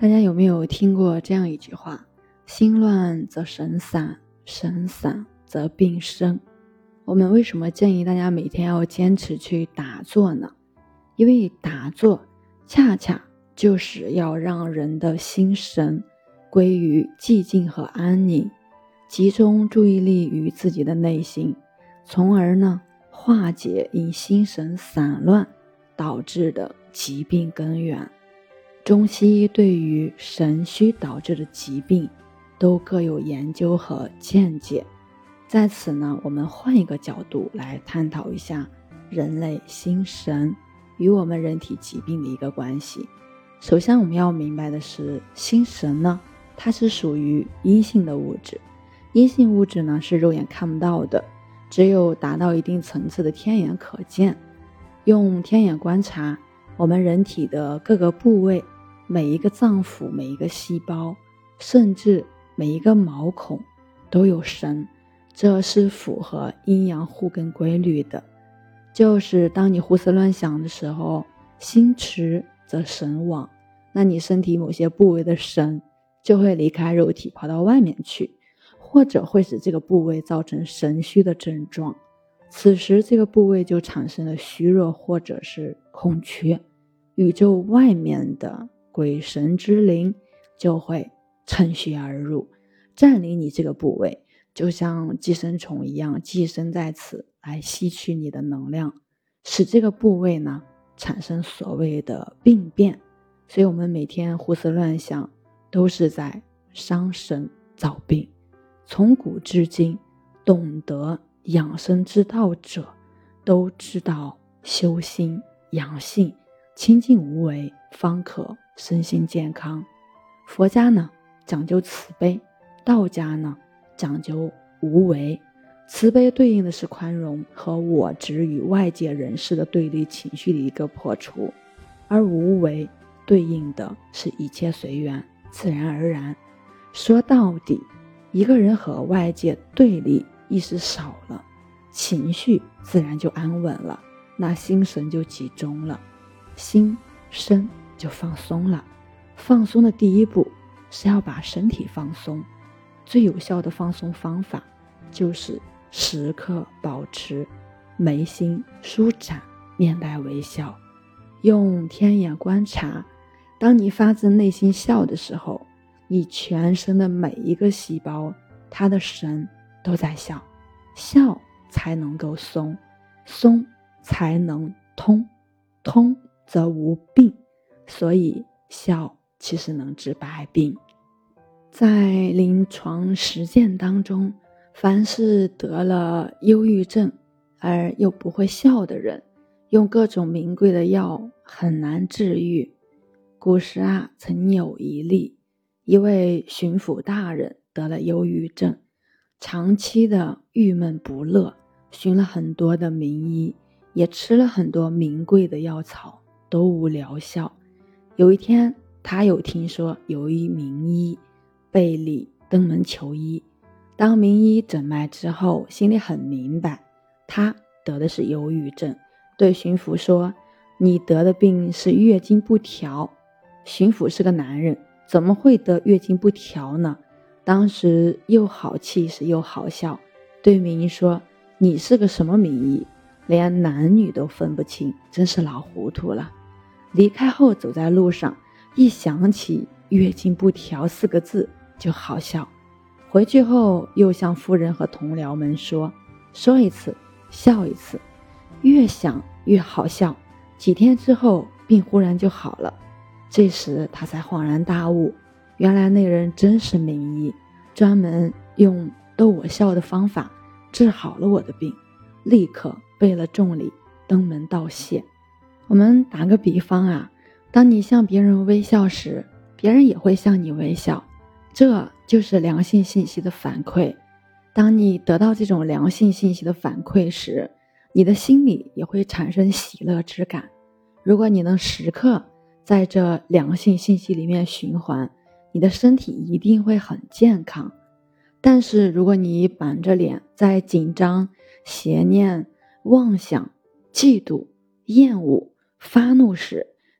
大家有没有听过这样一句话，心乱则神散，神散则病生。我们为什么建议大家每天要坚持去打坐呢？因为打坐恰恰就是要让人的心神归于寂静和安宁，集中注意力于自己的内心，从而呢化解因心神散乱导致的疾病根源。中西医对于神虚导致的疾病都各有研究和见解，在此呢，我们换一个角度来探讨一下人类心神与我们人体疾病的一个关系。首先我们要明白的是，心神呢，它是属于阴性的物质。阴性物质呢是肉眼看不到的，只有达到一定层次的天眼可见。用天眼观察我们人体的各个部位，每一个脏腑，每一个细胞，甚至每一个毛孔都有神，这是符合阴阳互根规律的。就是当你胡思乱想的时候，心驰则神往，那你身体某些部位的神就会离开肉体跑到外面去，或者会使这个部位造成神虚的症状。此时这个部位就产生了虚弱或者是空缺，宇宙外面的鬼神之灵就会趁虚而入，占领你这个部位，就像寄生虫一样寄生在此，来吸取你的能量，使这个部位呢产生所谓的病变。所以我们每天胡思乱想都是在伤神造病。从古至今，懂得养生之道者都知道修心养性，清净无为，方可身心健康。佛家呢讲究慈悲，道家呢讲究无为。慈悲对应的是宽容和我执与外界人事的对立情绪的一个破除，而无为对应的是一切随缘，自然而然。说到底，一个人和外界对立意识少了，情绪自然就安稳了，那心神就集中了，心身就放松了。放松的第一步是要把身体放松，最有效的放松方法就是时刻保持眉心舒展，面带微笑。用天眼观察，当你发自内心笑的时候，你全身的每一个细胞，它的神都在笑，笑才能够松，松才能通，通则无病，所以笑其实能治百病。在临床实践当中，凡是得了忧郁症而又不会笑的人，用各种名贵的药很难治愈。古时曾有一例，一位巡抚大人得了忧郁症，长期的郁闷不乐，寻了很多的名医，也吃了很多名贵的药草，都无疗效。有一天，他有听说有一名医被里登门求医，当名医诊脉之后，心里很明白，他得的是忧郁症，对巡抚说，你得的病是月经不调。巡抚是个男人，怎么会得月经不调呢？当时又好气势又好笑，对名医说，你是个什么名医，连男女都分不清，真是老糊涂了。离开后走在路上，一想起月经不调4个字就好笑。回去后又向夫人和同僚们说一次笑一次，越想越好笑。几天之后病忽然就好了。这时他才恍然大悟，原来那人真是名医，专门用逗我笑的方法治好了我的病，立刻备了重礼，登门道谢。我们打个比方当你向别人微笑时，别人也会向你微笑，这就是良性信息的反馈。当你得到这种良性信息的反馈时，你的心里也会产生喜乐之感。如果你能时刻在这良性信息里面循环，你的身体一定会很健康。但是如果你板着脸在紧张、邪念、妄想、嫉妒、厌恶、发怒时，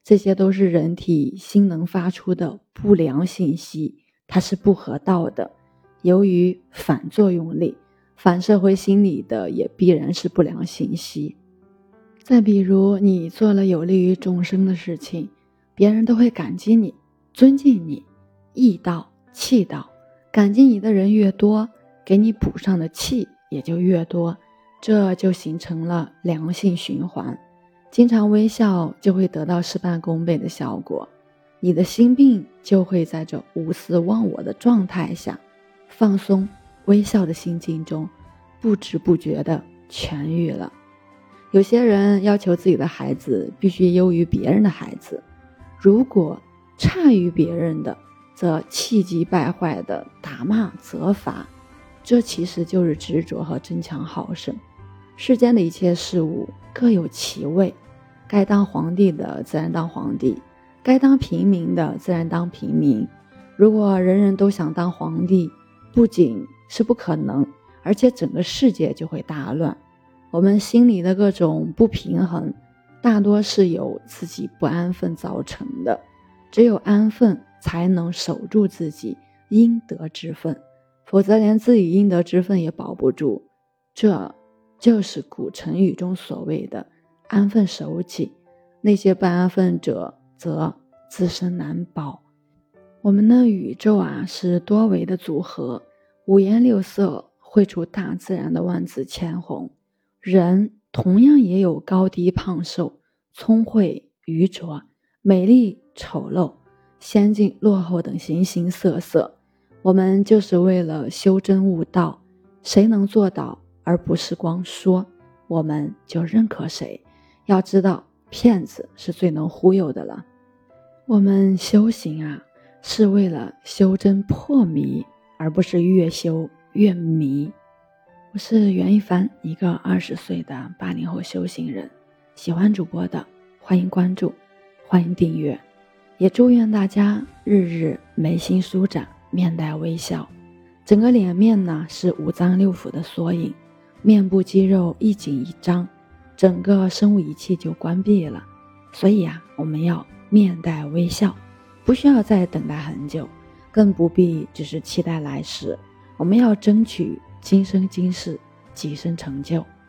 这些都是人体心能发出的不良信息，它是不合道的。由于反作用力，反射回心里的也必然是不良信息。再比如你做了有利于众生的事情，别人都会感激你，尊敬你，义道气道，感激你的人越多，给你补上的气也就越多，这就形成了良性循环。经常微笑就会得到事半功倍的效果，你的心病就会在这无私忘我的状态下，放松微笑的心境中，不知不觉地痊愈了。有些人要求自己的孩子必须优于别人的孩子，如果差于别人的，则气急败坏的打骂责罚，这其实就是执着和争强好胜。世间的一切事物各有其位，该当皇帝的自然当皇帝，该当平民的自然当平民。如果人人都想当皇帝，不仅是不可能，而且整个世界就会大乱。我们心里的各种不平衡，大多是由自己不安分造成的。只有安分，才能守住自己应得之分，否则连自己应得之分也保不住。这就是古成语中所谓的安分守己，那些不安分者则自身难保。我们的宇宙是多维的组合，五颜六色绘出大自然的万紫千红。人同样也有高低胖瘦、聪慧愚拙、美丽丑陋、先进落后等形形色色。我们就是为了修真悟道，谁能做到而不是光说，我们就认可谁。要知道，骗子是最能忽悠的了。我们修行是为了修真破迷，而不是越修越迷。我是袁一凡，一个20岁的80后修行人。喜欢主播的欢迎关注，欢迎订阅，也祝愿大家日日眉心舒展，面带微笑。整个脸面是五脏六腑的缩影，面部肌肉一紧一张，整个生物仪器就关闭了。所以我们要面带微笑，不需要再等待很久，更不必只是期待来世。我们要争取今生今世几生成就。